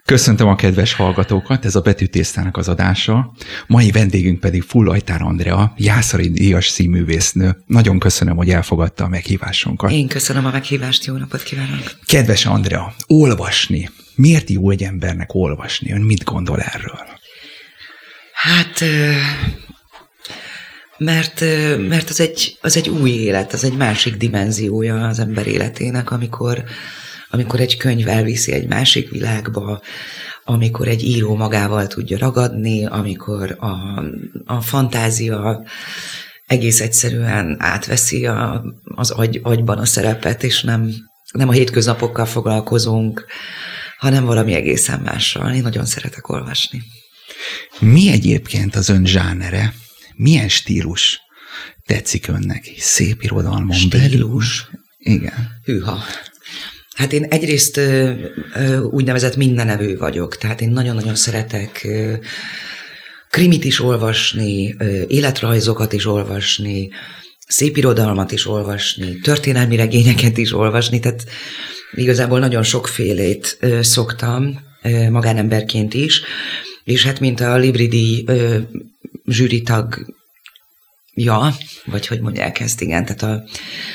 Köszöntöm a kedves hallgatókat, ez a Betűtésztának az adása. Mai vendégünk pedig Fullajtár Andrea, Jászai díjas színművésznő. Nagyon köszönöm, hogy elfogadta a meghívásunkat. Én köszönöm a meghívást, jó napot kívánok! Kedves Andrea, olvasni. Miért jó egy embernek olvasni? Ön mit gondol erről? Hát, mert az egy új élet, az egy másik dimenziója az ember életének, amikor egy könyv elviszi egy másik világba, amikor egy író magával tudja ragadni, amikor a fantázia egész egyszerűen átveszi az agyban a szerepet, és nem a hétköznapokkal foglalkozunk, hanem valami egészen mással. Én nagyon szeretek olvasni. Mi egyébként az ön zsánere? Milyen stílus tetszik önnek? Szép irodalmon belül? Stílus? Igen. Hűha. Hát én egyrészt úgynevezett mindenevő vagyok, tehát én nagyon-nagyon szeretek krimit is olvasni, életrajzokat is olvasni, szép irodalmat is olvasni, történelmi regényeket is olvasni, tehát igazából nagyon sokfélét szoktam magánemberként is, és hát mint a Libri-díj zsűritagja, vagy hogy mondják ezt, igen, tehát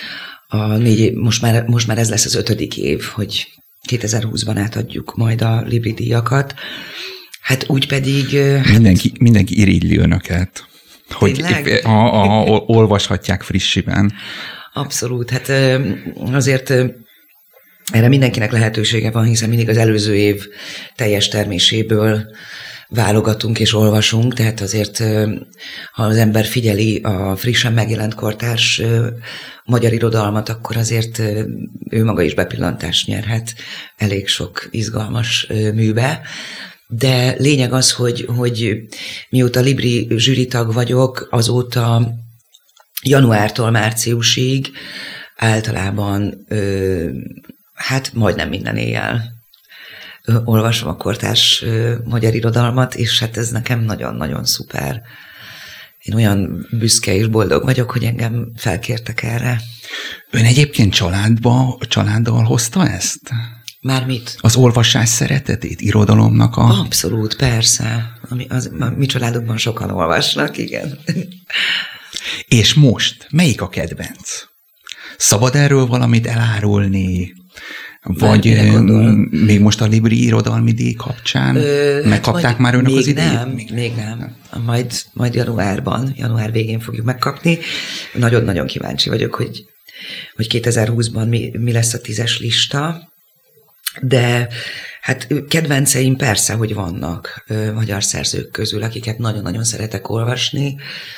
most már ez lesz az 5. év, hogy 2020-ban átadjuk majd a Libri-díjakat. Hát úgy pedig... Mindenki irigyli önöket, hogy olvashatják frissiben. Abszolút, hát azért erre mindenkinek lehetősége van, hiszen mindig az előző év teljes terméséből válogatunk és olvasunk, tehát azért, ha az ember figyeli a frissen megjelent kortárs magyar irodalmat, akkor azért ő maga is bepillantást nyerhet elég sok izgalmas műbe. De lényeg az, hogy mióta Libri zsűritag vagyok, azóta januártól márciusig általában hát majdnem minden éjjel olvasom a kortárs magyar irodalmat, és hát ez nekem nagyon-nagyon szuper. Én olyan büszke és boldog vagyok, hogy engem felkértek erre. Ön egyébként családdal hozta ezt? Mármit? Az olvasás szeretetét, irodalomnak a... Abszolút, persze. A mi családokban sokan olvasnak, igen. És most, melyik a kedvenc? Szabad erről valamit elárulni? Vagy még most a Libri irodalmi díj kapcsán megkapták már önök az idejét? Még nem. Majd január végén fogjuk megkapni. Nagyon-nagyon kíváncsi vagyok, hogy 2020-ban mi lesz a 10-es lista, de hát kedvenceim persze, hogy vannak magyar szerzők közül, akiket nagyon-nagyon szeretek olvasni.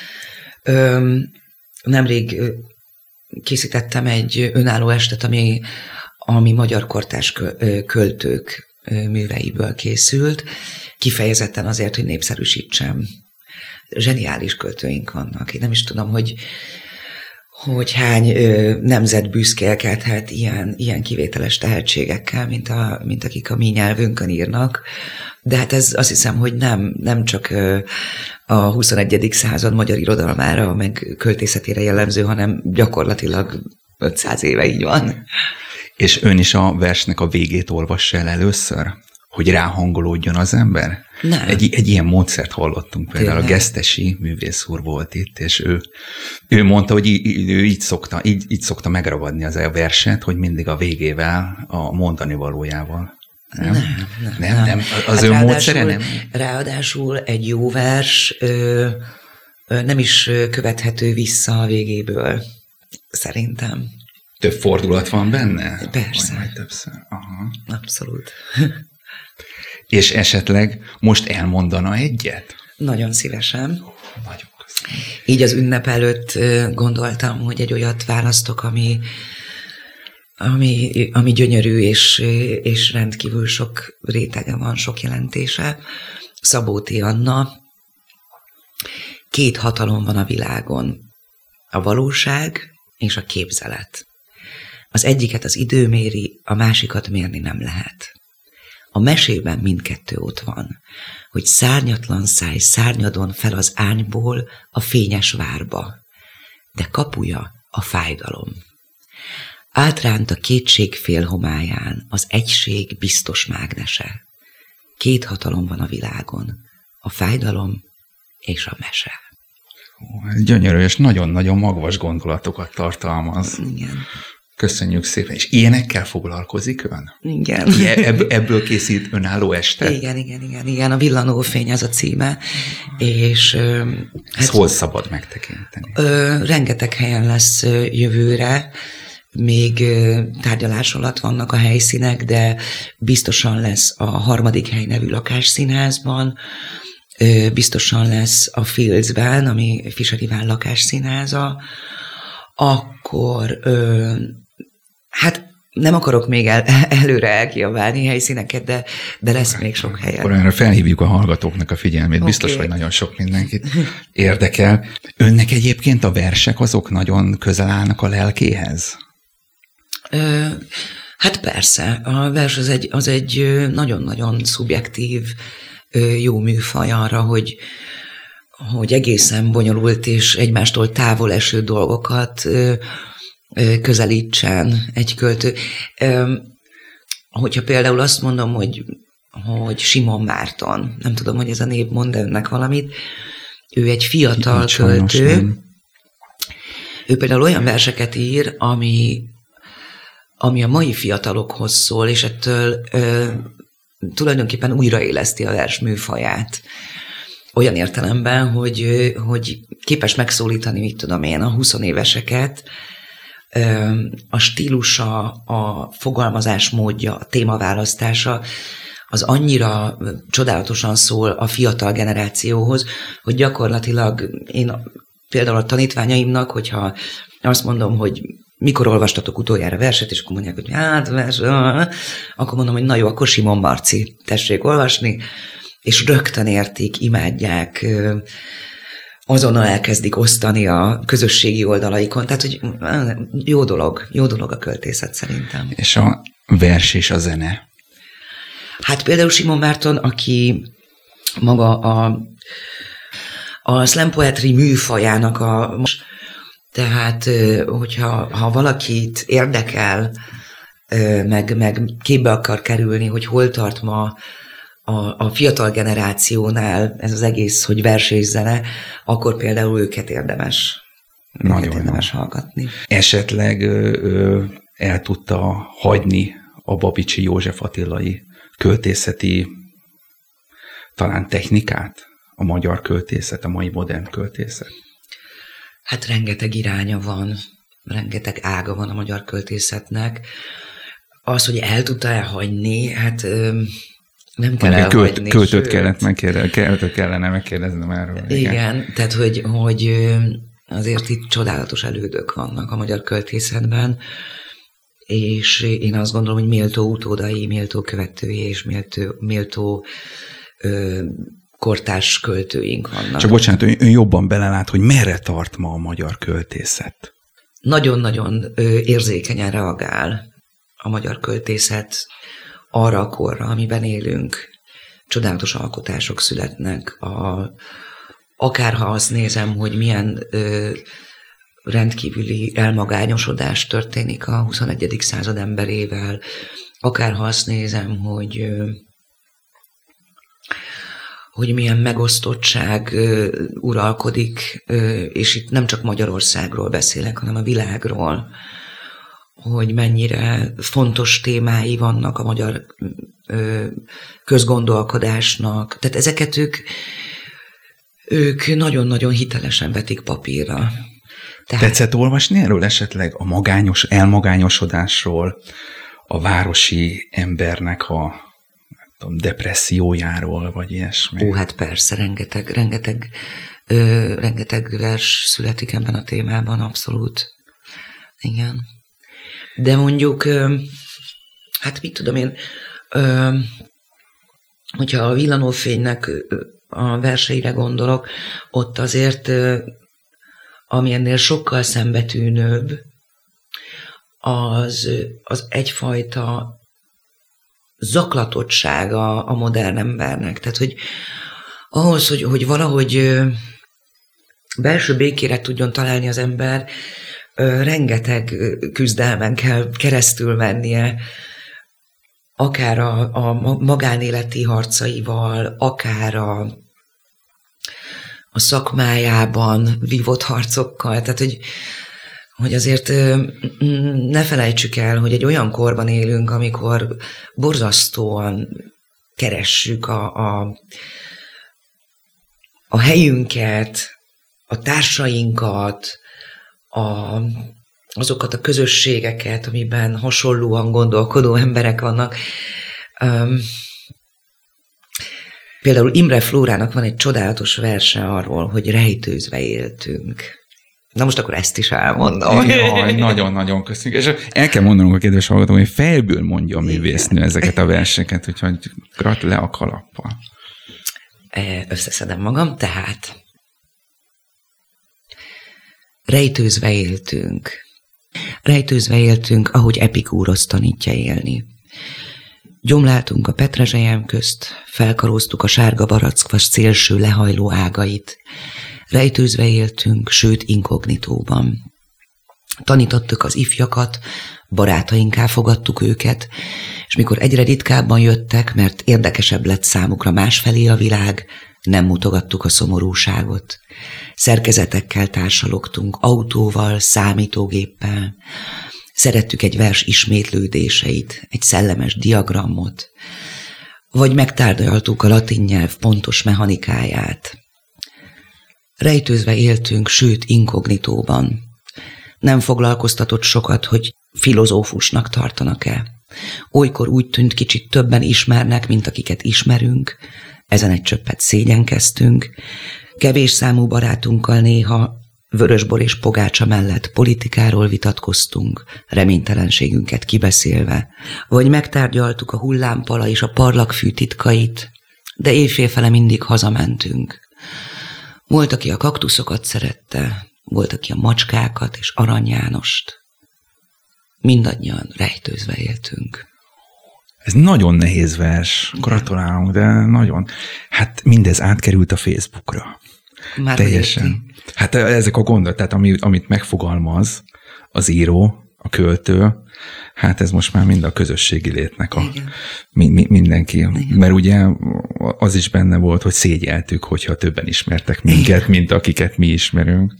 Nemrég készítettem egy önálló estet, ami magyar kortárs költők műveiből készült, kifejezetten azért, hogy népszerűsítsem. Zseniális költőink vannak. Én nem is tudom, hogy hány nemzet büszkélkedhet ilyen kivételes tehetségekkel, mint akik a mi nyelvünkön írnak. De hát ez azt hiszem, hogy nem csak a 21. század magyar irodalmára, meg költészetére jellemző, hanem gyakorlatilag 500 éve így van. És ön is a versnek a végét olvassa el először? Hogy ráhangolódjon az ember? Nem. Egy ilyen módszert hallottunk, például a Gesztesi művész úr volt itt, és ő mondta, hogy ő így szokta megragadni az a verset, hogy mindig a végével, a mondani valójával. Nem. Az hát ő módszere nem? Ráadásul egy jó vers nem is követhető vissza a végéből, szerintem. Több fordulat van benne? Persze. Vagy többször. Aha. Abszolút. És esetleg most elmondana egyet? Nagyon szívesen. Nagyon köszönöm. Így az ünnep előtt gondoltam, hogy egy olyat választok, ami gyönyörű, és rendkívül sok rétege van, sok jelentése. Szabó T. Anna. 2 hatalom van a világon. A valóság és a képzelet. Az egyiket az idő méri, a másikat mérni nem lehet. A mesében mindkettő ott van, hogy szárnyatlan száj szárnyadon fel az ányból a fényes várba, de kapuja a fájdalom. Átránt a kétség félhomályán az egység biztos mágnese. 2 hatalom van a világon, a fájdalom és a mese. Gyönyörű, és nagyon-nagyon magvas gondolatokat tartalmaz. Igen. Köszönjük szépen. És ilyenekkel foglalkozik ön? Igen. Ebből készít önálló este? Igen. A Villanófény az a címe. És ez hol szabad megtekinteni? Rengeteg helyen lesz jövőre. Még tárgyalás alatt vannak a helyszínek, de biztosan lesz a Harmadik Hely nevű lakásszínházban, biztosan lesz a Fieldsben, ami Fischer Iván lakásszínháza, akkor hát nem akarok még előre elkiabálni helyszíneket, de lesz még sok helyen. Akkor erre felhívjuk a hallgatóknak a figyelmét. Okay. Biztos, hogy nagyon sok mindenkit érdekel. Önnek egyébként a versek azok nagyon közel állnak a lelkéhez? Hát persze. A vers az egy nagyon-nagyon szubjektív, jó műfaj arra, hogy egészen bonyolult és egymástól távol eső dolgokat közelítsen egy költő. Hogyha például azt mondom, hogy Simon Márton, nem tudom, hogy ez a név mond önnek valamit, ő egy fiatal költő, ő például olyan verseket ír, ami a mai fiatalokhoz szól, és ettől tulajdonképpen újraéleszti a vers műfaját. Olyan értelemben, hogy képes megszólítani, mit tudom én, a 20 éveseket, a stílusa, a fogalmazás módja, a témaválasztása, az annyira csodálatosan szól a fiatal generációhoz, hogy gyakorlatilag én például a tanítványaimnak, hogyha azt mondom, hogy mikor olvastatok utoljára verset, és akkor mondják, hogy hát vers, akkor mondom, hogy na jó, akkor Simon Marci, tessék olvasni, és rögtön értik, imádják, azonnal elkezdik osztani a közösségi oldalaikon, tehát hogy jó dolog a költészet szerintem. És a vers és a zene? Hát például Simon Márton, aki maga a slam poetry műfajának tehát, hogyha valakit érdekel, meg képbe akar kerülni, hogy hol tart ma a fiatal generációnál ez az egész, hogy vers és zene, akkor például őket érdemes hallgatni. Esetleg el tudta hagyni a Babicsi József Attilai költészeti talán technikát, a magyar költészet, a mai modern költészet? Hát rengeteg iránya van, rengeteg ága van a magyar költészetnek. Az, hogy el tudta elhagyni, hát nem kell elhagyni. Költőt kellene megkérdeznem erről. Igen, tehát hogy azért itt csodálatos elődök vannak a magyar költészetben, és én azt gondolom, hogy méltó utódai, méltó követői és méltó kortárs költőink vannak. Csak bocsánat, ön jobban belelát, hogy merre tart ma a magyar költészet? Nagyon-nagyon érzékenyen reagál a magyar költészet arra a korra, amiben élünk. Csodálatos alkotások születnek. Akárha azt nézem, hogy milyen rendkívüli elmagányosodás történik a 21. század emberével, akárha azt nézem, hogy milyen megosztottság uralkodik, és itt nem csak Magyarországról beszélek, hanem a világról, hogy mennyire fontos témái vannak a magyar közgondolkodásnak. Tehát ezeket ők nagyon-nagyon hitelesen vetik papírra. Tetszett olvasni erről esetleg a elmagányosodásról, a városi embernek a depressziójáról, vagy ilyesmi? Hát persze, rengeteg vers születik ebben a témában, abszolút. Igen. De mondjuk, hát mit tudom én, hogyha a Villanófénynek a verseire gondolok, ott azért, ami ennél sokkal szembetűnőbb, az egyfajta zaklatottsága a modern embernek. Tehát, hogy ahhoz, hogy valahogy belső békére tudjon találni az ember, rengeteg küzdelmen kell keresztül mennie akár a magánéleti harcaival, akár a szakmájában vívott harcokkal. Tehát, hogy azért ne felejtsük el, hogy egy olyan korban élünk, amikor borzasztóan keressük a helyünket, a társainkat, azokat a közösségeket, amiben hasonlóan gondolkodó emberek vannak. Például Imre Flórának van egy csodálatos verse arról, hogy rejtőzve éltünk. Na most akkor ezt is elmondom. Jaj, nagyon-nagyon köszönjük. És el kell mondanunk a kedves hallgatók, hogy fejből mondja a művésznő ezeket a verseket, úgyhogy le a kalappal. Összeszedem magam, tehát rejtőzve éltünk, ahogy Epikúrosz tanítja élni. Gyomláltunk a petrezselyem közt, felkaróztuk a sárga barackvas szélső lehajló ágait. Rejtőzve éltünk, sőt inkognitóban. Tanítottuk az ifjakat, barátainká fogadtuk őket, és mikor egyre ritkábban jöttek, mert érdekesebb lett számukra másfelé a világ, nem mutogattuk a szomorúságot. Szerkezetekkel társalogtunk, autóval, számítógéppel. Szerettük egy vers ismétlődéseit, egy szellemes diagramot, vagy megtárgyaltuk a latin nyelv pontos mechanikáját. Rejtőzve éltünk, sőt inkognitóban. Nem foglalkoztatott sokat, hogy filozófusnak tartanak-e. Olykor úgy tűnt, kicsit többen ismernek, mint akiket ismerünk. Ezen egy csöppet szégyenkeztünk. Kevés számú barátunkkal néha vörösbor és pogácsa mellett politikáról vitatkoztunk, reménytelenségünket kibeszélve, vagy megtárgyaltuk a hullámpala és a parlagfű titkait, de éjfélfele mindig hazamentünk. Volt, aki a kaktuszokat szerette, volt, aki a macskákat és Arany Jánost. Mindannyian rejtőzve éltünk. Ez nagyon nehéz vers, gratulálunk, de nagyon. Hát mindez átkerült a Facebookra. Már teljesen. érti. Hát ezek a gondolatok, tehát amit megfogalmaz az író, a költő, hát ez most már mind a közösségi létnek mindenki. Igen. Mert ugye az is benne volt, hogy szégyeltük, hogyha többen ismertek minket, igen, mint akiket mi ismerünk.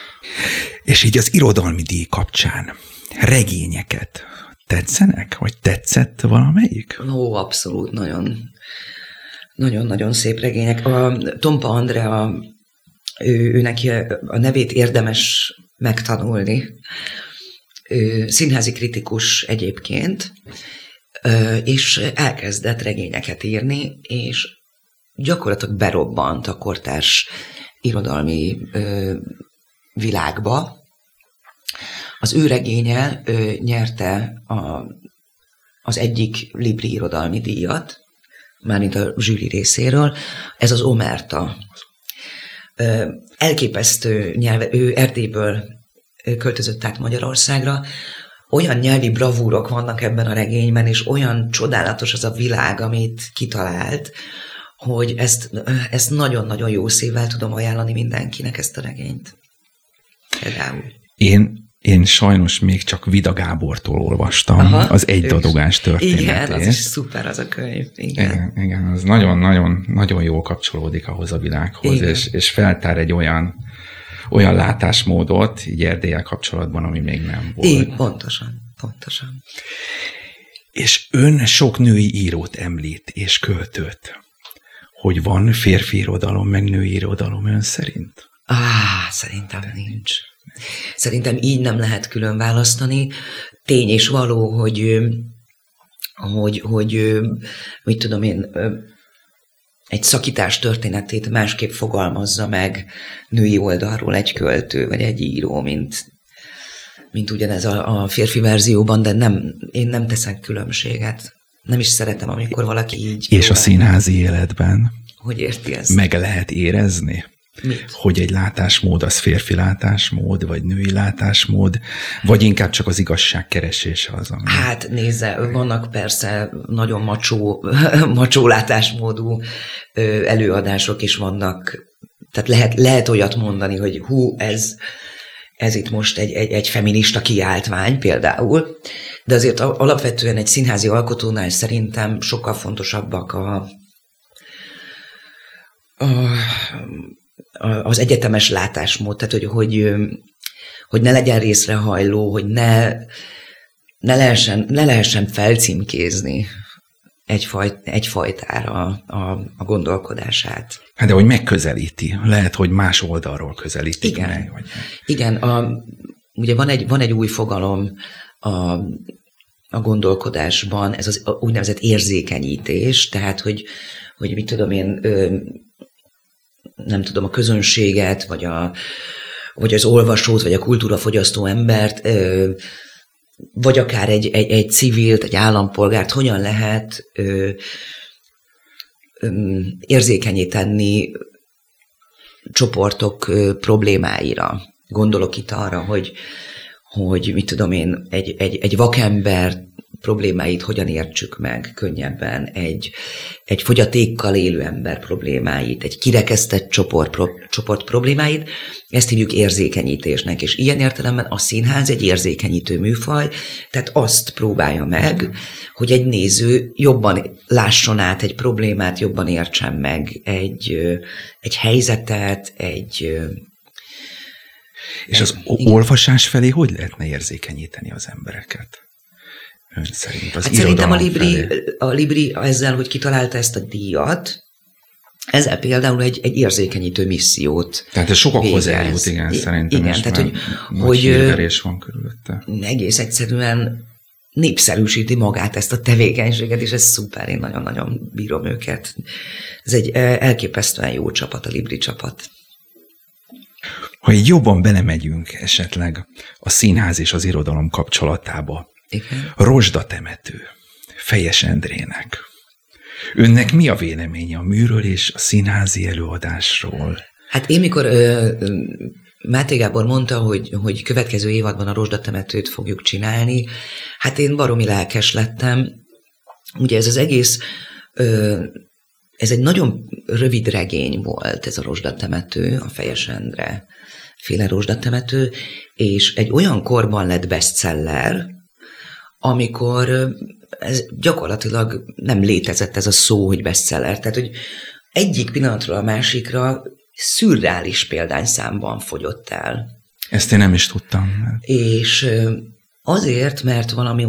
És így az irodalmi díj kapcsán regényeket tetszenek? Vagy tetszett valamelyik? Ó, abszolút, nagyon szép regények. A Tompa Andrea, ő neki a nevét érdemes megtanulni. Színházi kritikus egyébként, és elkezdett regényeket írni, és gyakorlatilag berobbant a kortárs irodalmi világba. Az ő regénye nyerte az egyik Libri irodalmi díjat, mármint a zsűri részéről, ez az Omerta. Elképesztő nyelve, ő Erdélyből költözött át Magyarországra, olyan nyelvi bravúrok vannak ebben a regényben, és olyan csodálatos az a világ, amit kitalált, hogy ezt nagyon-nagyon jó szívvel tudom ajánlani mindenkinek, ezt a regényt. Például. Én sajnos még csak Vida Gábortól olvastam. Aha, az Egy dadogás történetét. Igen, az is szuper az a könyv. Igen, az nagyon jól kapcsolódik ahhoz a világhoz, és feltár egy olyan látásmódot így Erdéllyel kapcsolatban, ami még nem volt. Igen, pontosan. És ön sok női írót említ, és költőt. Hogy van férfi irodalom, meg női irodalom ön szerint? Szerintem nincs. Szerintem így nem lehet külön választani. Tény és való, hogy mit tudom én, egy szakítás történetét másképp fogalmazza meg női oldalról egy költő, vagy egy író, mint ugyanez a férfi verzióban, de én nem teszek különbséget. Nem is szeretem, amikor valaki így... És a színházi életben? Hogy érti ezt? Meg lehet érezni? Mit? Hogy egy látásmód az férfi látásmód, vagy női látásmód, vagy inkább csak az igazság keresése az, ami... Hát nézze, vannak persze nagyon macsó látásmódú előadások is vannak, tehát lehet olyat mondani, hogy ez ez itt most egy feminista kiáltvány például, de azért alapvetően egy színházi alkotónál szerintem sokkal fontosabbak az egyetemes látásmód, tehát hogy ne legyen részrehajló, hogy ne lehessen felcímkézni egyfajtára a gondolkodását. Hát de hogy megközelíti, lehet, hogy más oldalról közelítik meg. Vagy... Igen, ugye van egy új fogalom a gondolkodásban, ez az úgynevezett érzékenyítés, tehát hogy mit tudom én, nem tudom, a közönséget, vagy az olvasót, vagy a kultúrafogyasztó embert, vagy akár egy civilt, egy állampolgárt hogyan lehet érzékenyé tenni csoportok problémáira. Gondolok itt arra, hogy mit tudom én, egy vakember problémáit hogyan értsük meg könnyebben, egy fogyatékkal élő ember problémáit, egy kirekesztett csoport problémáit, ezt hívjuk érzékenyítésnek, és ilyen értelemben a színház egy érzékenyítő műfaj, tehát azt próbálja meg, hogy egy néző jobban lásson át egy problémát, jobban értsen meg egy helyzetet, És az olvasás felé hogy lehetne érzékenyíteni az embereket? Ön szerint az szerintem a Libri ezzel, hogy kitalálta ezt a díjat, ezzel például egy érzékenyítő missziót. Tehát ez sokakhoz eljut, igen, szerintem. Igen, tehát hogy hírverés van körülötte. Egész egyszerűen népszerűsíti magát ezt a tevékenységet, és ez szuper, én nagyon-nagyon bírom őket. Ez egy elképesztően jó csapat, a Libri csapat. Ha így jobban belemegyünk esetleg a színház és az irodalom kapcsolatába, igen. Rozsdatemető, Fejes Endrének. Önnek mi a véleménye a műről és a színházi előadásról? Hát én mikor Máté Gábor mondta, hogy következő évadban a Rozsdatemetőt fogjuk csinálni, hát én baromi lelkes lettem. Ugye ez az egész, ez egy nagyon rövid regény volt, ez a Rozsdatemető, a Fejes Endre féle Rozsdatemető, és egy olyan korban lett bestseller, amikor ez gyakorlatilag nem létezett ez a szó, hogy bestseller. Tehát, hogy egyik pillanatról a másikra szürreális példányszámban fogyott el. Ezt én nem is tudtam. És azért, mert valami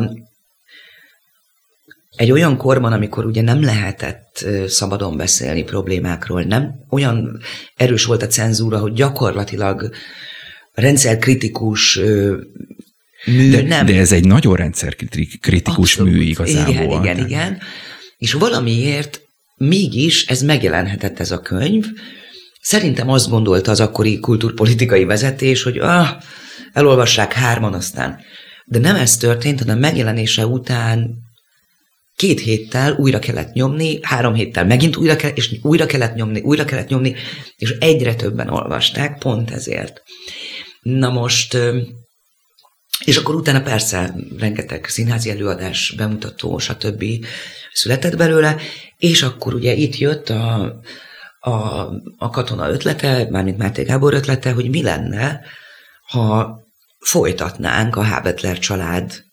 egy olyan korban, amikor ugye nem lehetett szabadon beszélni problémákról, nem olyan erős volt a cenzúra, hogy gyakorlatilag rendszerkritikus mű, de ez egy nagyon rendszerkritikus mű igazából. Igen. És valamiért mégis ez megjelenhetett ez a könyv. Szerintem azt gondolta az akkori kultúrpolitikai vezetés, hogy elolvassák 3-an aztán. De nem ez történt, hanem megjelenése után 2 héttel újra kellett nyomni, 3 héttel megint újra kellett nyomni, és egyre többen olvasták, pont ezért. Na most... És akkor utána persze rengeteg színházi előadás, bemutató, stb. Született belőle, és akkor ugye itt jött a Katona ötlete, mármint Máté Gábor ötlete, hogy mi lenne, ha folytatnánk a Hábetler család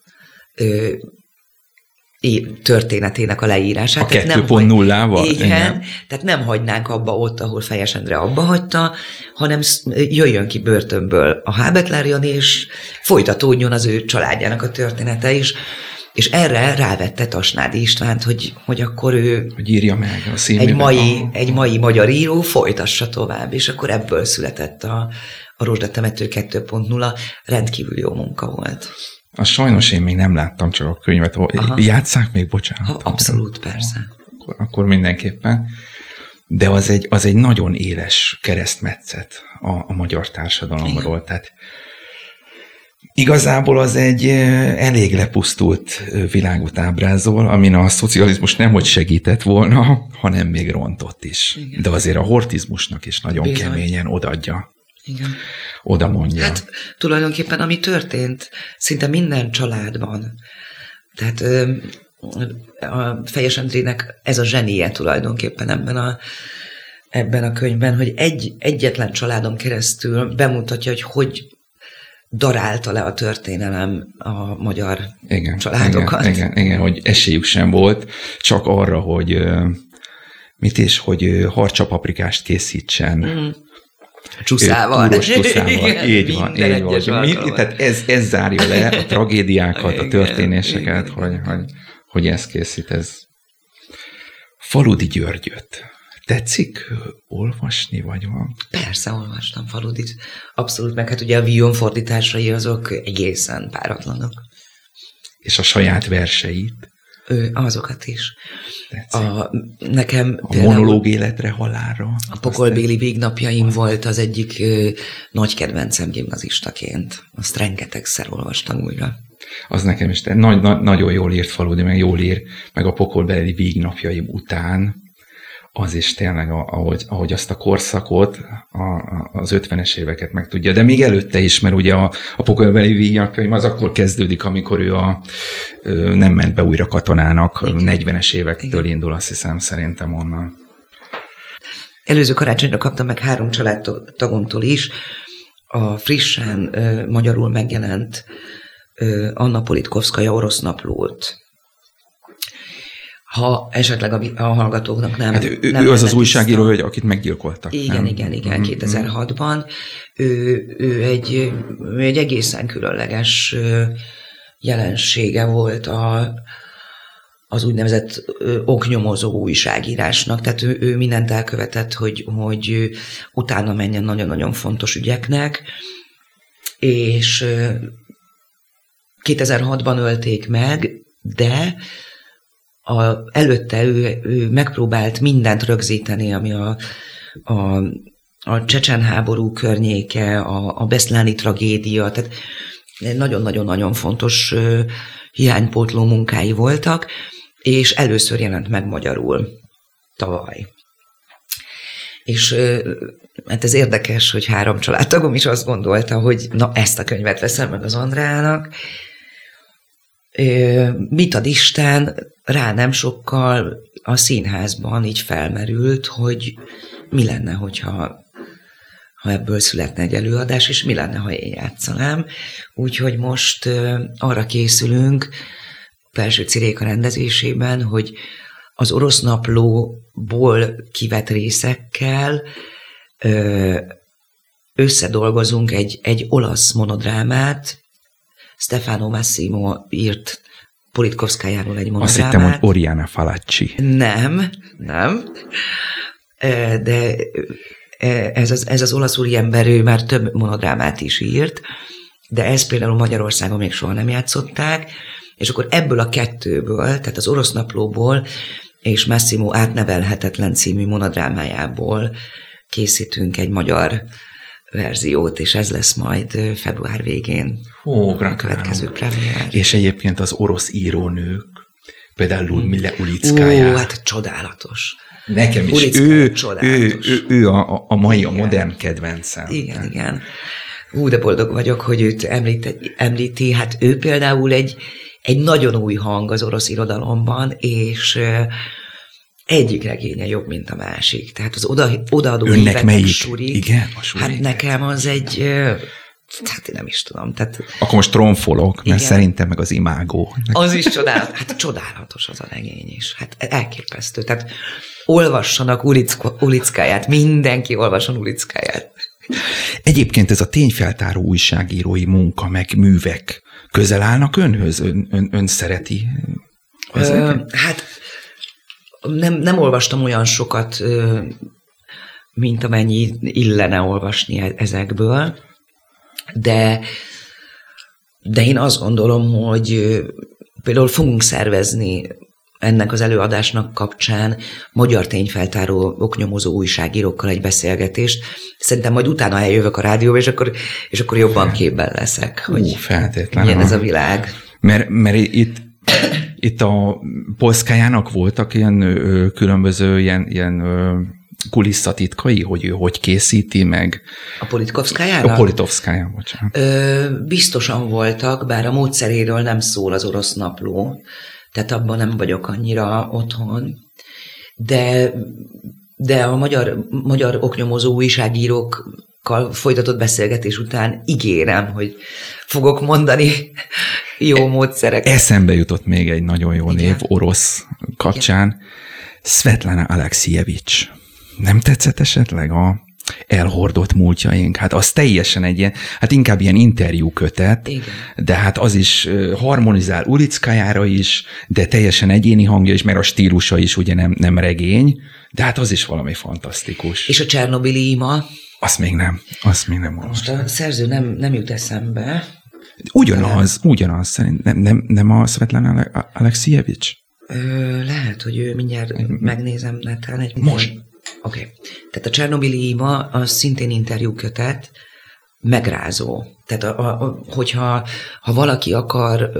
történetének a leírását. A 2.0-val? Igen, tehát nem hagynánk abba ott, ahol Fejes Endre abba hagyta, hanem jöjjön ki börtönből a Hábetler Jani, és folytatódjon az ő családjának a története is. És erre rávette Tasnádi Istvánt, hogy akkor ő hogy írja meg a színműben. Egy mai magyar író folytassa tovább, és akkor ebből született a Rozsdatemető 2.0, rendkívül jó munka volt. Sajnos én még nem láttam csak a könyvet. Játsszák még, bocsánat? Abszolút, persze. Akkor mindenképpen. De az egy nagyon éles keresztmetszet a magyar társadalomról. Igen. Tehát igazából az egy elég lepusztult világot ábrázol, amin a szocializmus nemhogy segített volna, hanem még rontott is. Igen. De azért a hortizmusnak is nagyon keményen odaadja. Igen. Oda mondja. Hát tulajdonképpen ami történt szinte minden családban. Tehát a Fejes Endrének ez a zsenie tulajdonképpen ebben a könyvben, hogy egyetlen családon keresztül bemutatja, hogy darálta le a történelem a magyar családokat. Igen, hogy esélyük sem volt, csak arra, hogy hogy harcsapaprikást készítsen. Csuszával. Túros csuszával. Így van. Tehát ez zárja le a tragédiákat, a történéseket, hogy ez készít. Ez. Faludi Györgyöt. Tetszik olvasni, vagy van? Persze, olvastam Faludit. Abszolút, meg hát ugye a Villon fordításai azok egészen páratlanok. És a saját verseit? Azokat is. Nekem a monológ életre, halálra. A Pokolbéli végnapjaim volt az egyik nagy kedvencem gimnazistaként. Azt rengetegszer olvastam újra. Az nekem is nagyon jól írt Faludi, meg jól ír, meg a Pokolbéli végnapjaim után az is tényleg, ahogy azt a korszakot, az 50-es éveket meg tudja, de még előtte is, mert ugye a Pokolbéli végnapjaim az akkor kezdődik, amikor ő nem ment be újra katonának, 40-es évektől indul, azt hiszem, szerintem onnan. Előző karácsonyra kaptam meg 3 családtagomtól is a frissen magyarul megjelent Anna Politkovszkaja orosz naplót. Ha esetleg a hallgatóknak nem... Hát ő az újságíró, akit meggyilkoltak. Igen, 2006-ban. Ő egy egészen különleges jelensége volt az úgynevezett oknyomozó újságírásnak. Tehát ő mindent elkövetett, hogy utána menjen nagyon-nagyon fontos ügyeknek, és 2006-ban ölték meg, de előtte ő megpróbált mindent rögzíteni, ami a csecsen háború környéke, a beszláni tragédia, tehát nagyon-nagyon-nagyon fontos hiánypótló munkái voltak, és először jelent meg magyarul tavaly. És hát ez érdekes, hogy 3 családtagom is azt gondolta, hogy na, ezt a könyvet veszem meg az Andrának. Mit ad Isten, rá nem sokkal a színházban így felmerült, hogy mi lenne, ha ebből születne egy előadás, és mi lenne, ha én játszanám. Úgyhogy most arra készülünk, Felső Ciréka rendezésében, hogy az orosz naplóból kivett részekkel összedolgozunk egy olasz monodrámát. Stefano Massimo írt Politkovszkájáról egy monodrámát. Azt hittem, hogy Oriana Falacci. Nem. De ez az olasz úriember, ő már több monodrámát is írt, de ezt például Magyarországon még soha nem játszották, és akkor ebből a 2-ből, tehát az orosz naplóból és Massimo átnevelhetetlen című monodrámájából készítünk egy magyar verziót, és ez lesz majd február végén a következő premiér. És egyébként az orosz írónők, például Ludmila Ulickaja. Hát csodálatos. Nekem is. Ő a mai, a modern kedvencem. Igen. De boldog vagyok, hogy őt említi. Hát ő például egy nagyon új hang az orosz irodalomban, és egyik regénye jobb, mint a másik. Tehát az odaadó önnek melyik? Suri. Igen, a Suri. Hát nekem az egy... Hát én nem is tudom. Tehát, akkor most tronfolok, mert szerintem meg az imágó. Az is csodálatos. Hát csodálatos az a regény is. Hát elképesztő. Tehát olvassanak Ulickáját, mindenki olvasson Ulickáját. Egyébként ez a tényfeltáró újságírói munka, meg művek közel állnak önhöz? Ön szereti ezeket? Hát nem olvastam olyan sokat, mint amennyi illene olvasni ezekből, de én azt gondolom, hogy például fogunk szervezni ennek az előadásnak kapcsán magyar tényfeltáró, oknyomozó újságírókkal egy beszélgetést. Szerintem majd utána eljövök a rádióba, és akkor jobban képben leszek, hogy milyen ez a világ. Mert itt a Polszkájának voltak ilyen különböző ilyen kulisszatitkai, hogy ő hogy készíti meg? A Politkovszkájának? A Politkovszkája, bocsánat. Biztosan voltak, bár a módszeréről nem szól az orosz napló, tehát abban nem vagyok annyira otthon, de a magyar oknyomozó újságírók barátokkal folytatott beszélgetés után ígérem, hogy fogok mondani jó módszereket. Eszembe jutott még egy nagyon jó név orosz kapcsán. Svetlana Alexijevics. Nem tetszett esetleg a elhordott múltjaink? Hát az teljesen egy ilyen, hát inkább ilyen interjúkötet, igen. De hát az is harmonizál Ulickajára is, de teljesen egyéni hangja is, mert a stílusa is ugye nem regény, de hát az is valami fantasztikus. És a Csernobili ima? Azt még nem olvastam. Most a szerző nem jut eszembe. Ugyanaz szerintem, nem a Svetlana Alexijevics? Lehet, hogy ő mindjárt megnézem neten egy most. Oké. Tehát a Csernobili ima az szintén interjúkötet, megrázó. Tehát hogyha valaki akar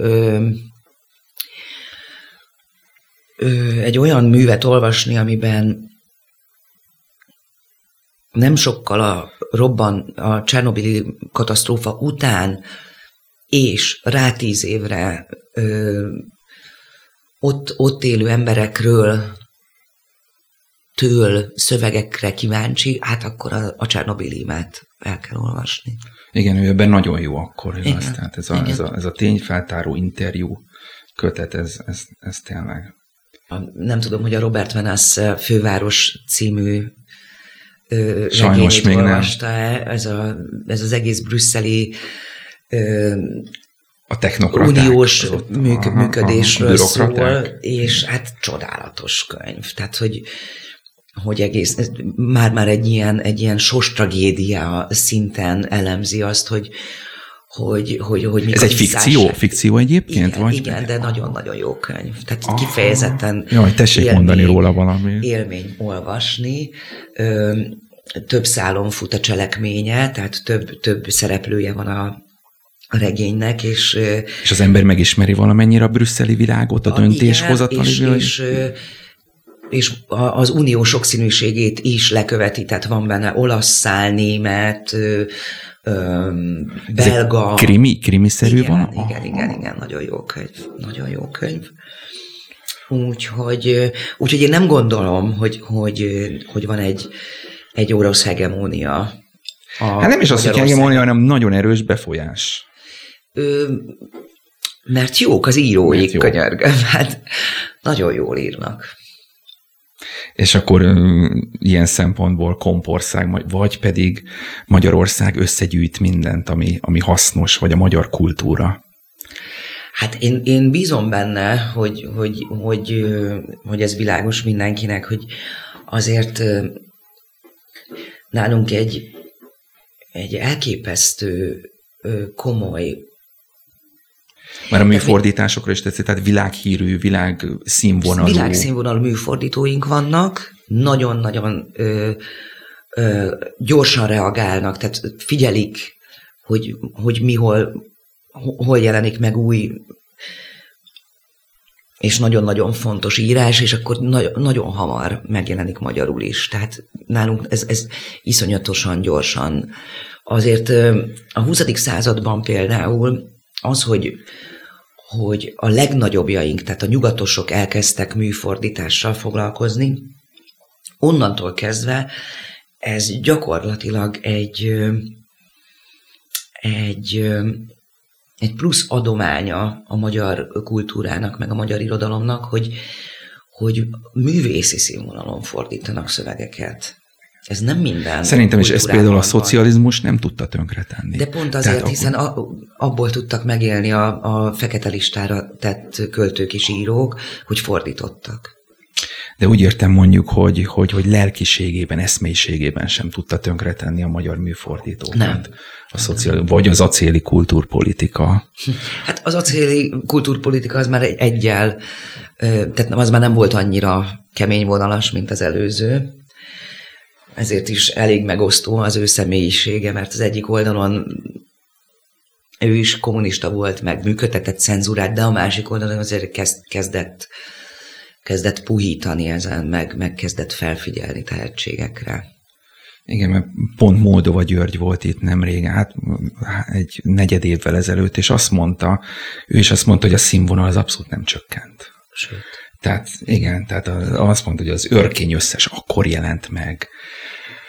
egy olyan művet olvasni, amiben nem sokkal a Csernobili katasztrófa után és rá 10 évre ott élő emberekről szövegekre kíváncsi, hát akkor a Csernobili imát el kell olvasni. Igen, ő ebben nagyon jó akkor. Tehát ez a tényfeltáró interjú kötet, ez tényleg. Nem tudom, hogy a Robert Menas Főváros című sajnos még olvasta-e. Ez az egész brüsszeli a technokraták, uniós működésről szól, és hát csodálatos könyv. Tehát, hogy egész, már egy ilyen sors tragédia szinten elemzi azt, hogy ez egy fikció egyébként? Igen, de nagyon-nagyon jó könyv. Tehát kifejezetten tessék mondani róla valami. Élmény olvasni. Több szálon fut a cselekménye, tehát több szereplője van a regénynek, és az ember megismeri valamennyire a brüsszeli világot, a döntéshozatali és az unió sokszínűségét is leköveti, tehát van benne olasz szál, német, belga. Krimiszerű van? Igen, nagyon jó könyv. Úgyhogy én nem gondolom, hogy van egy orosz hegemónia. Hát nem is az, hogy hegemónia, hanem nagyon erős befolyás. Mert jók az íróik, könyörgöm. Hát nagyon jól írnak. És akkor ilyen szempontból kompország, vagy pedig Magyarország összegyűjt mindent, ami hasznos, vagy a magyar kultúra. Hát én bízom benne, hogy ez világos mindenkinek, hogy azért nálunk egy elképesztő komoly. Már a műfordításokra is tetszik, tehát világhírű, világszínvonalú műfordítóink vannak, nagyon-nagyon gyorsan reagálnak, tehát figyelik, hogy mi hol jelenik meg új és nagyon-nagyon fontos írás, és akkor nagyon hamar megjelenik magyarul is. Tehát nálunk ez iszonyatosan gyorsan. Azért a 20. században például az, hogy a legnagyobbjaink, tehát a nyugatosok elkezdtek műfordítással foglalkozni, onnantól kezdve ez gyakorlatilag egy plusz adománya a magyar kultúrának, meg a magyar irodalomnak, hogy művészi színvonalon fordítanak szövegeket. Ez nem minden. Szerintem is ez például a szocializmus nem tudta tönkretenni. De pont azért, hiszen abból tudtak megélni a fekete listára tett költők és írók, hogy fordítottak. De úgy értem mondjuk, hogy lelkiségében, eszmélyiségében sem tudta tönkretenni a magyar műfordítókat. Nem. Vagy az acéli kultúrpolitika. Hát az acéli kultúrpolitika az már tehát az már nem volt annyira kemény vonalas, mint az előző. Ezért is elég megosztó az ő személyisége, mert az egyik oldalon ő is kommunista volt, meg működtetett cenzúrát, de a másik oldalon azért kezdett puhítani ezen, meg kezdett felfigyelni tehetségekre. Igen, mert pont Moldova György volt itt nemrég, egy 4 évvel ezelőtt, és ő is azt mondta, hogy a színvonal az abszolút nem csökkent. Sőt. Tehát igen, azt mondta, hogy az Örkény összes akkor jelent meg.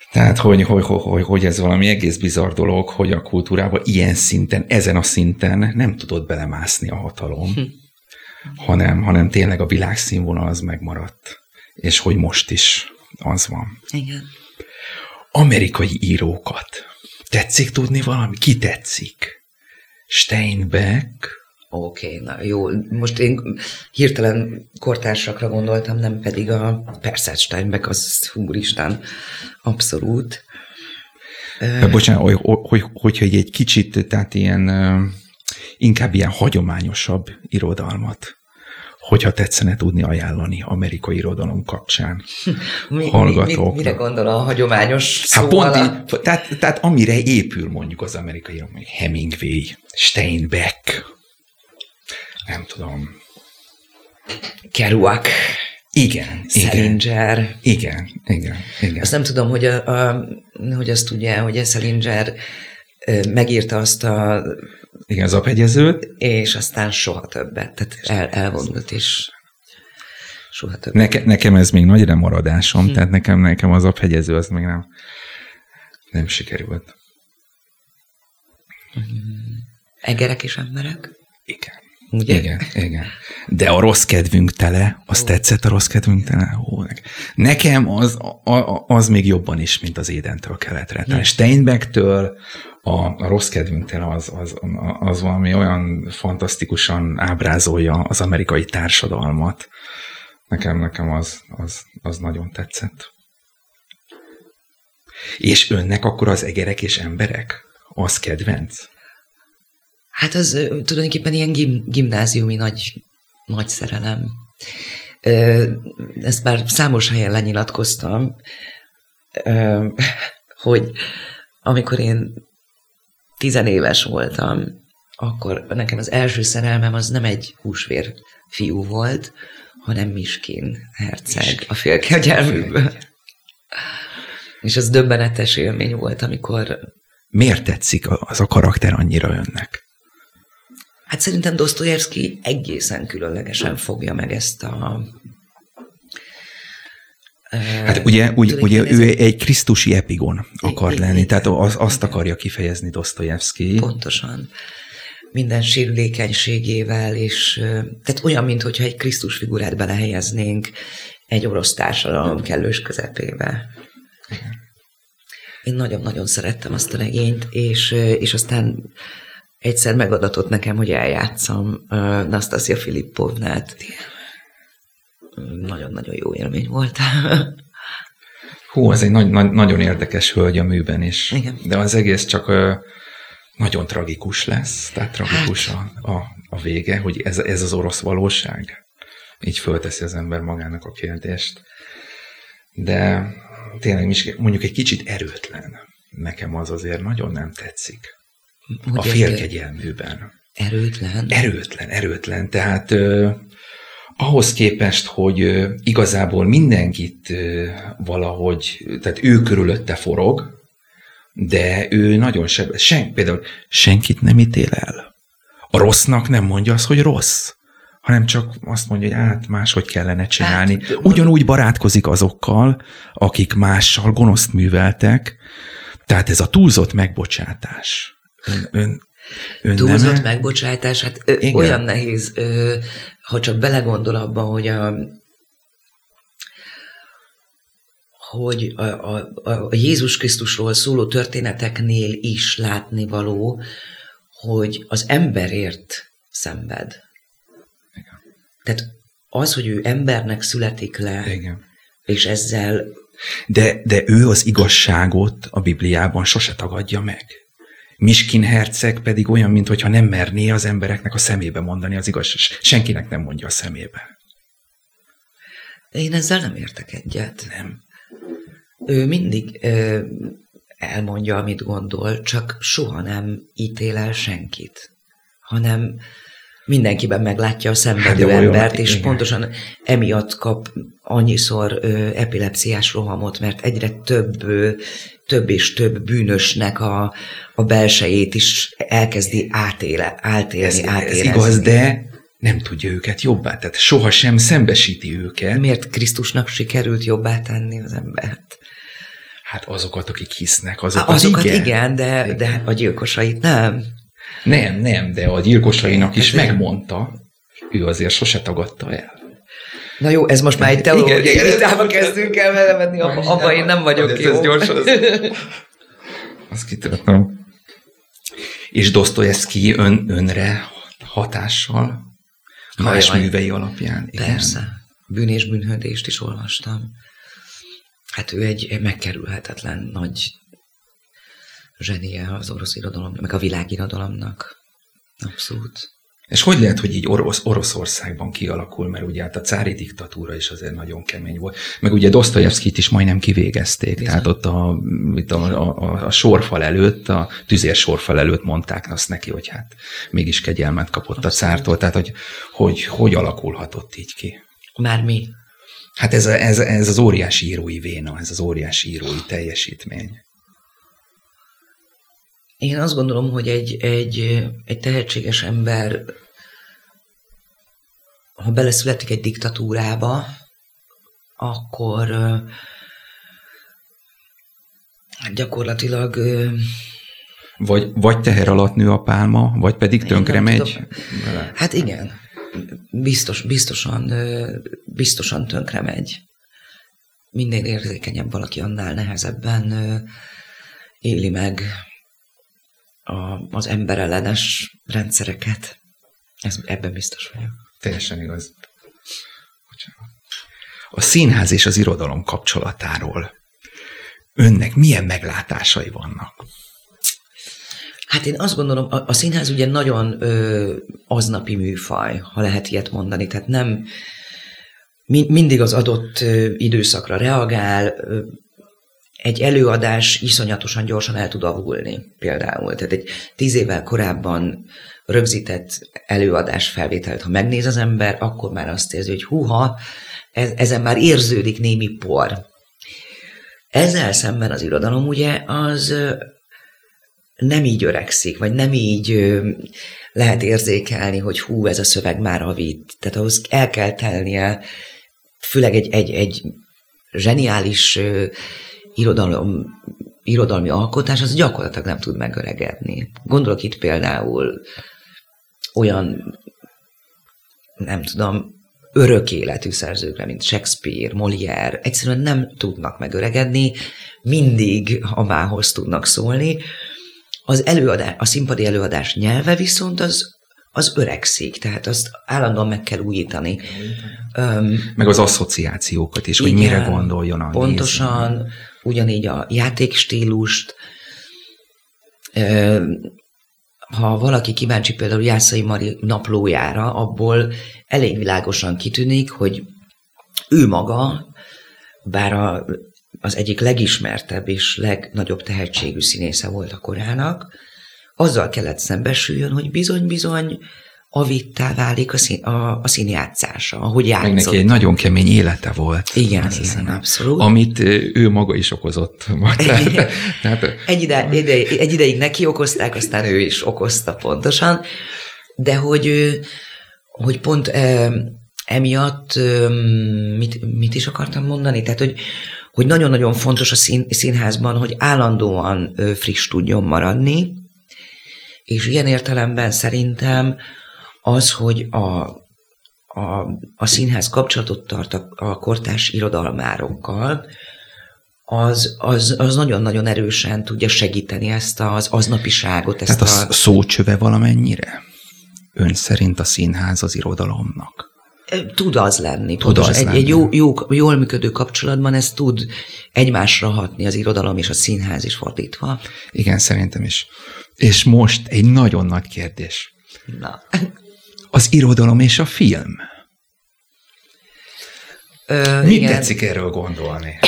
Tehát, hogy ez valami egész bizarr dolog, hogy a kultúrában ilyen szinten, ezen a szinten nem tudott belemászni a hatalom, hanem tényleg a világszínvonal az megmaradt. És hogy most is az van. Igen. Amerikai írókat. Tetszik tudni valami? Ki tetszik? Steinbeck? Oké, na jó. Most én hirtelen kortársakra gondoltam, nem pedig persze Steinbeck, az úristen, abszolút. Bocsánat, hogyha egy kicsit, tehát inkább ilyen hagyományosabb irodalmat, hogyha tetszene tudni ajánlani amerikai irodalom kapcsán hallgatóknak. Mire gondol a hagyományos szóval? Tehát amire épül mondjuk az amerikai irodalom, Hemingway, Steinbeck, nem tudom. Kerouac. Igen. Salinger. Igen. Azt nem tudom, hogy azt tudja, hogy Salinger megírta azt a... Igen, az Aphegyezőt. És aztán soha többet. Tehát elvonult is. Soha többet. Nekem ez még nagy lemaradásom, tehát nekem az Aphegyező az még nem sikerült. Egerek és emberek? Igen. Ugye? Igen. De a rossz kedvünk tele, az tetszett a rossz kedvünk tele? Nekem az még jobban is, mint az Édentől keletre. Tehát Steinbecktől a rossz kedvünk tele az valami olyan fantasztikusan ábrázolja az amerikai társadalmat. Nekem az nagyon tetszett. És önnek akkor az Egerek és emberek? Az kedvenc? Hát az tulajdonképpen ilyen gimnáziumi nagy szerelem. Ezt már számos helyen lenyilatkoztam, hogy amikor én 10 éves voltam, akkor nekem az első szerelmem az nem egy húsvér fiú volt, hanem Miskin herceg a Félkegyelműből. És az döbbenetes élmény volt, amikor... Miért tetszik az a karakter annyira önnek? Hát szerintem Dosztojevszky egészen különlegesen fogja meg ezt a... Hát ugye ő egy krisztusi epigon akar lenni, tehát azt akarja kifejezni Dosztojevszky. Pontosan. Minden sérülékenységével, és tehát olyan, mintha egy Krisztus figurát belehelyeznénk egy orosz társadalom kellős közepébe. Én nagyon-nagyon szerettem azt a regényt, és aztán egyszer megadatott nekem, hogy eljátszam Nasztasja Filippovnát. Nagyon-nagyon jó élmény volt. Hú, ez egy nagyon érdekes hölgy a műben is. Igen. De az egész csak nagyon tragikus lesz. Tehát tragikus a vége, hogy ez az orosz valóság. Így fölteszi az ember magának a kérdést. De tényleg mondjuk egy kicsit erőtlen. Nekem az azért nagyon nem tetszik. A Félkegyelműben. Erőtlen? Erőtlen. Tehát ahhoz képest, hogy igazából mindenkit valahogy, tehát ő körülötte forog, de ő nagyon például senkit nem ítél el. A rossznak nem mondja azt, hogy rossz, hanem csak azt mondja, hogy máshogy kellene csinálni. Ugyanúgy barátkozik azokkal, akik mással gonoszt műveltek, tehát ez a túlzott megbocsátás. Túlzott megbocsátás, hát olyan nehéz, ha csak belegondol abba, hogy a Jézus Krisztusról szóló történeteknél is látnivaló, hogy az emberért szenved. Igen. Tehát az, hogy ő embernek születik le, igen. És ezzel... De ő az igazságot a Bibliában sose tagadja meg. Miskin herceg pedig olyan, mintha nem merné az embereknek a szemébe mondani az igazságot. Senkinek nem mondja a szemébe. Én ezzel nem értek egyet. Nem. Ő mindig elmondja, amit gondol, csak soha nem ítél el senkit, hanem mindenkiben meglátja a szenvedő embert, és igen. Pontosan emiatt kap annyiszor epilepsziás rohamot, mert egyre több és több bűnösnek a belsejét is elkezdi átélni. Ez igaz, de nem tudja őket jobbá, tehát sohasem szembesíti őket. Miért Krisztusnak sikerült jobbá tenni az embert? Hát azokat, akik hisznek, azokat igen, de a gyilkosait nem. Nem, de a gyilkosainak is megmondta, ő azért sose tagadta el. Na jó, ez most már egy teológiai vitába kezdünk el vele menni, abban én nem vagyok jó. Ez gyorsan, azt kitöltöm. És Dosztojevszky önre hatással, más művei alapján. Igen. Persze. Bűn és bűnhődést is olvastam. Hát ő egy megkerülhetetlen nagy zsenie az orosz irodalomnak, meg a világirodalomnak. Abszolút. És hogy lehet, hogy így Oroszországban kialakul, mert ugye hát a cári diktatúra is azért nagyon kemény volt. Meg ugye Dosztojevszkyt is majdnem kivégezték. Bizony. Tehát ott a sorfal előtt, a tüzér sorfal előtt mondták azt neki, hogy hát mégis kegyelmet kapott a cártól. Tehát hogy alakulhatott így ki? Már mi? Hát ez az óriási írói véna, ez az óriási írói teljesítmény. Én azt gondolom, hogy egy tehetséges ember, ha beleszületik egy diktatúrába, akkor gyakorlatilag... Vagy teher alatt nő a pálma, vagy pedig tönkre megy. Hát igen, biztosan tönkre megy. Minél érzékenyebb valaki, annál nehezebben éli meg az emberellenes rendszereket. Ebben biztos vagyok. Teljesen igaz. Bocsánat. A színház és az irodalom kapcsolatáról önnek milyen meglátásai vannak? Hát én azt gondolom, a színház ugye nagyon aznapi műfaj, ha lehet ilyet mondani. Tehát nem mindig az adott időszakra reagál, egy előadás iszonyatosan gyorsan el tud avulni például. Tehát egy 10 évvel korábban rögzített előadás felvételt, ha megnéz az ember, akkor már azt érzi, hogy húha, ezen már érződik némi por. Ezzel szemben az irodalom ugye az nem így öregszik, vagy nem így lehet érzékelni, hogy hú, ez a szöveg már avít. Tehát ahhoz el kell telnie, főleg egy zseniális irodalmi alkotás, az gyakorlatilag nem tud megöregedni. Gondolok itt például olyan, nem tudom, örök életű szerzőkre, mint Shakespeare, Molière, egyszerűen nem tudnak megöregedni, mindig a mához tudnak szólni. A színpadi előadás nyelve viszont az öregszik, tehát azt állandóan meg kell újítani. Meg az asszociációkat is, igen, hogy mire gondoljon a pontosan, néző. Ugyanígy a játékstílust. Ha valaki kíváncsi például Jászai Mari naplójára, abból elég világosan kitűnik, hogy ő maga, bár az egyik legismertebb és legnagyobb tehetségű színésze volt a korának, azzal kellett szembesüljön, hogy bizony-bizony avittá válik a színjátszása, ahogy játszott. Meg neki egy nagyon kemény élete volt. Igen, abszolút. Amit ő maga is okozott. Egy ideig neki okozták, aztán ő is okozta pontosan, de hogy pont emiatt mit is akartam mondani? Tehát, hogy nagyon-nagyon fontos a színházban, hogy állandóan friss tudjon maradni, és ilyen értelemben szerintem az, hogy a színház kapcsolatot tart a kortárs irodalmárokkal, az nagyon-nagyon erősen tudja segíteni ezt az aznapiságot. Tehát a szócsöve valamennyire? Ön szerint a színház az irodalomnak? Tud az lenni. Egy jól működő kapcsolatban ez tud egymásra hatni, az irodalom és a színház is fordítva. Igen, szerintem is. És most egy nagyon nagy kérdés. Na. Az irodalom és a film. Mit tetszik erről gondolni?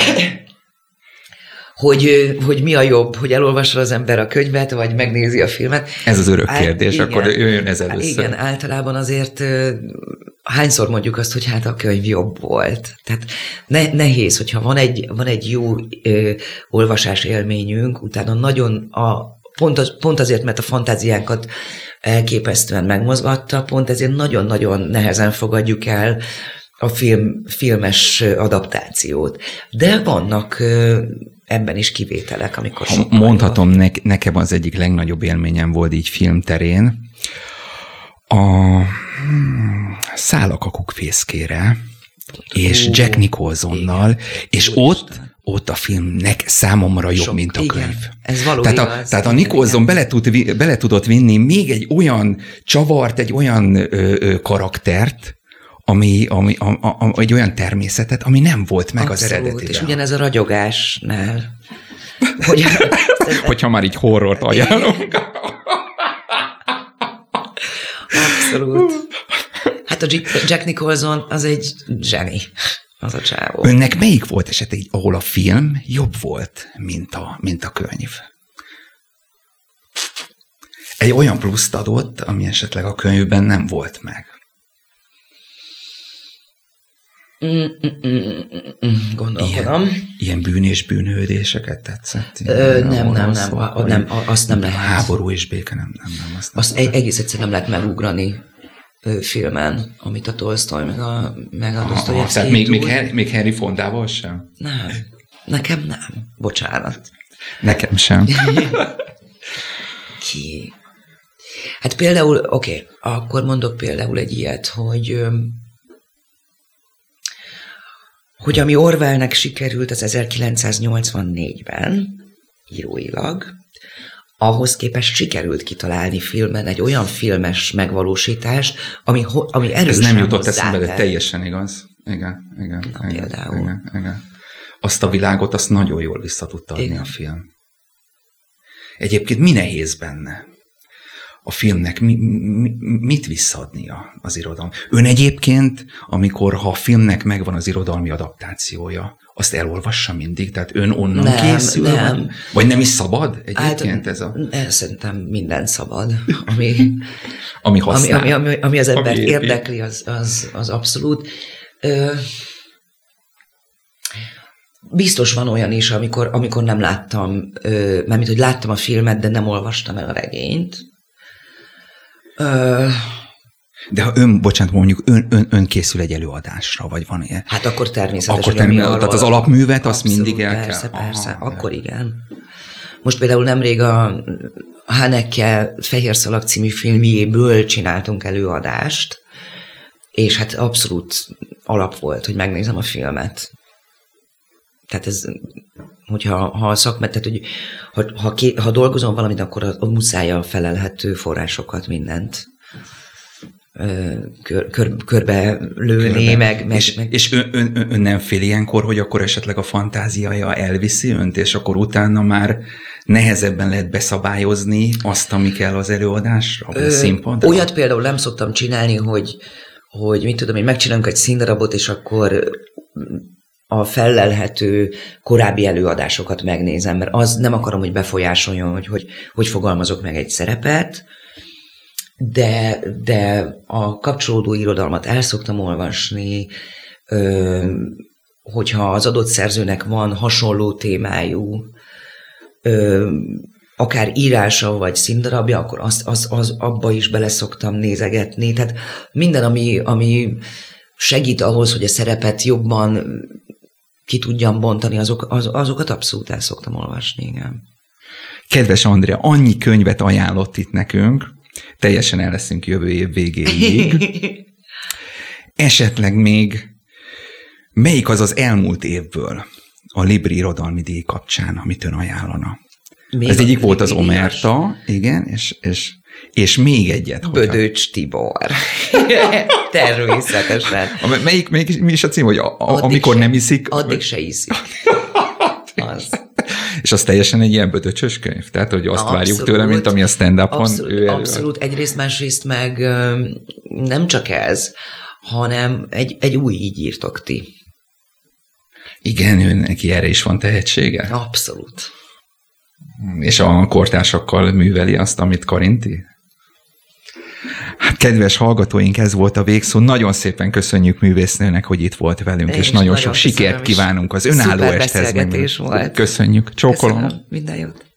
Hogy mi a jobb, hogy elolvassa az ember a könyvet, vagy megnézi a filmet. Ez az örök kérdés, igen, akkor jöjjön ez először. Igen, általában azért hányszor mondjuk azt, hogy hát a könyv jobb volt. Tehát nehéz, hogyha van egy jó olvasás élményünk, utána nagyon pont azért, mert a fantáziánkat elképesztően megmozgatta, pont ezért nagyon-nagyon nehezen fogadjuk el filmes adaptációt. De vannak ebben is kivételek, amikor mondhatom, nekem az egyik legnagyobb élményem volt így filmterén. A Szállak a kukfészkére, és Jack Nicholsonnal, és ott a filmnek számomra jobb, mint a könyv. Ez valóban tehát a Nicholson bele tudott vinni még egy olyan csavart, egy olyan karaktert, ami egy olyan természetet, ami nem volt meg az eredetiben. És ugyanez a ragyogásnál. Hogyha már így horrort ajánlunk. Abszolút. Hát a Jack Nicholson az egy zseni, az a csávó. Önnek melyik volt esetleg, ahol a film jobb volt, mint a könyv? Egy olyan pluszt adott, ami esetleg a könyvben nem volt meg. Gondolkodom. Ilyen bűn és bűnhődéseket tetszett? Nem, azt nem lehet. Háború és béke, nem. Azt egész egyszerűen nem lehet megugrani filmen, amit a Tolsztoj, meg a Dosztojevszky. Tehát még Henry Fondával sem? Nem, nekem nem. Bocsánat. Nekem sem. Ki? Hát például, oké, akkor mondok például egy ilyet, hogy ami Orwellnek sikerült az 1984-ben, íróilag, ahhoz képest sikerült kitalálni filmen egy olyan filmes megvalósítást, ami erősen ez nem jutott eszembe, de teljesen igaz. Igen. Például. Igen. Azt a világot, azt nagyon jól vissza tudta adni a film. Egyébként mi nehéz benne? A filmnek mit visszaadnia az irodalom? Ön egyébként, ha a filmnek megvan az irodalmi adaptációja, azt elolvassa mindig? Tehát ön onnan készül? Nem. Vagy nem is szabad egyébként ez a... Szerintem minden szabad. Ami használ. Ami az embert érdekli, az abszolút. Biztos van olyan is, amikor nem láttam, mármint, hogy láttam a filmet, de nem olvastam el a regényt. De ha mondjuk ön készül egy előadásra, vagy van ilyen? Hát akkor természetesen. Tehát az alapművet azt mindig el persze, kell. Persze, akkor igen. Most például nemrég a Haneke Fehér Szalag című filmjéből csináltunk előadást, és hát abszolút alap volt, hogy megnézem a filmet. Tehát ez, hogyha a szakmet, tehát hogy ha dolgozom valamit, akkor muszáj a felelhető forrásokat, mindent körbe lőni, meg. És ön nem fél ilyenkor, hogy akkor esetleg a fantáziája elviszi önt, és akkor utána már nehezebben lehet beszabályozni azt, ami kell az előadásra, vagy a színpadra? Olyat például nem szoktam csinálni, hogy mit tudom én, megcsinálunk egy színdarabot, és akkor a fellelhető korábbi előadásokat megnézem, mert az nem akarom, hogy befolyásoljon, hogy fogalmazok meg egy szerepet, de a kapcsolódó irodalmat el szoktam olvasni, hogyha az adott szerzőnek van hasonló témájú, akár írása vagy színdarabja, akkor az abba is bele szoktam nézegetni. Tehát minden, ami segít ahhoz, hogy a szerepet jobban ki tudjam bontani, azokat abszolút el szoktam olvasni, igen. Kedves Andrea, annyi könyvet ajánlott itt nekünk, teljesen el leszünk jövő év végéig. Esetleg még melyik az elmúlt évből a Libri irodalmi díj kapcsán, amit ön ajánlana? Ez egyik volt az Omerta, igen, és még egyet. Bödöcs Tibor. Természetesen. Mi is a cím, hogy amikor nem iszik? Addig se iszik. Az. És az teljesen egy ilyen bödöcsös könyv? Tehát, hogy azt várjuk tőle, mint ami a stand-upon Abszolút. Egyrészt, másrészt meg nem csak ez, hanem egy új így írtok ti. Igen, neki erre is van tehetsége? Abszolút. És a kortársakkal műveli azt, amit Karinti? Hát, kedves hallgatóink, ez volt a végszó. Nagyon szépen köszönjük művésznőnek, hogy itt volt velünk, és nagyon sok sikert kívánunk az önálló esthez. Szuper beszélgetés volt. Köszönjük. Csókolom. Köszönöm. Minden jót.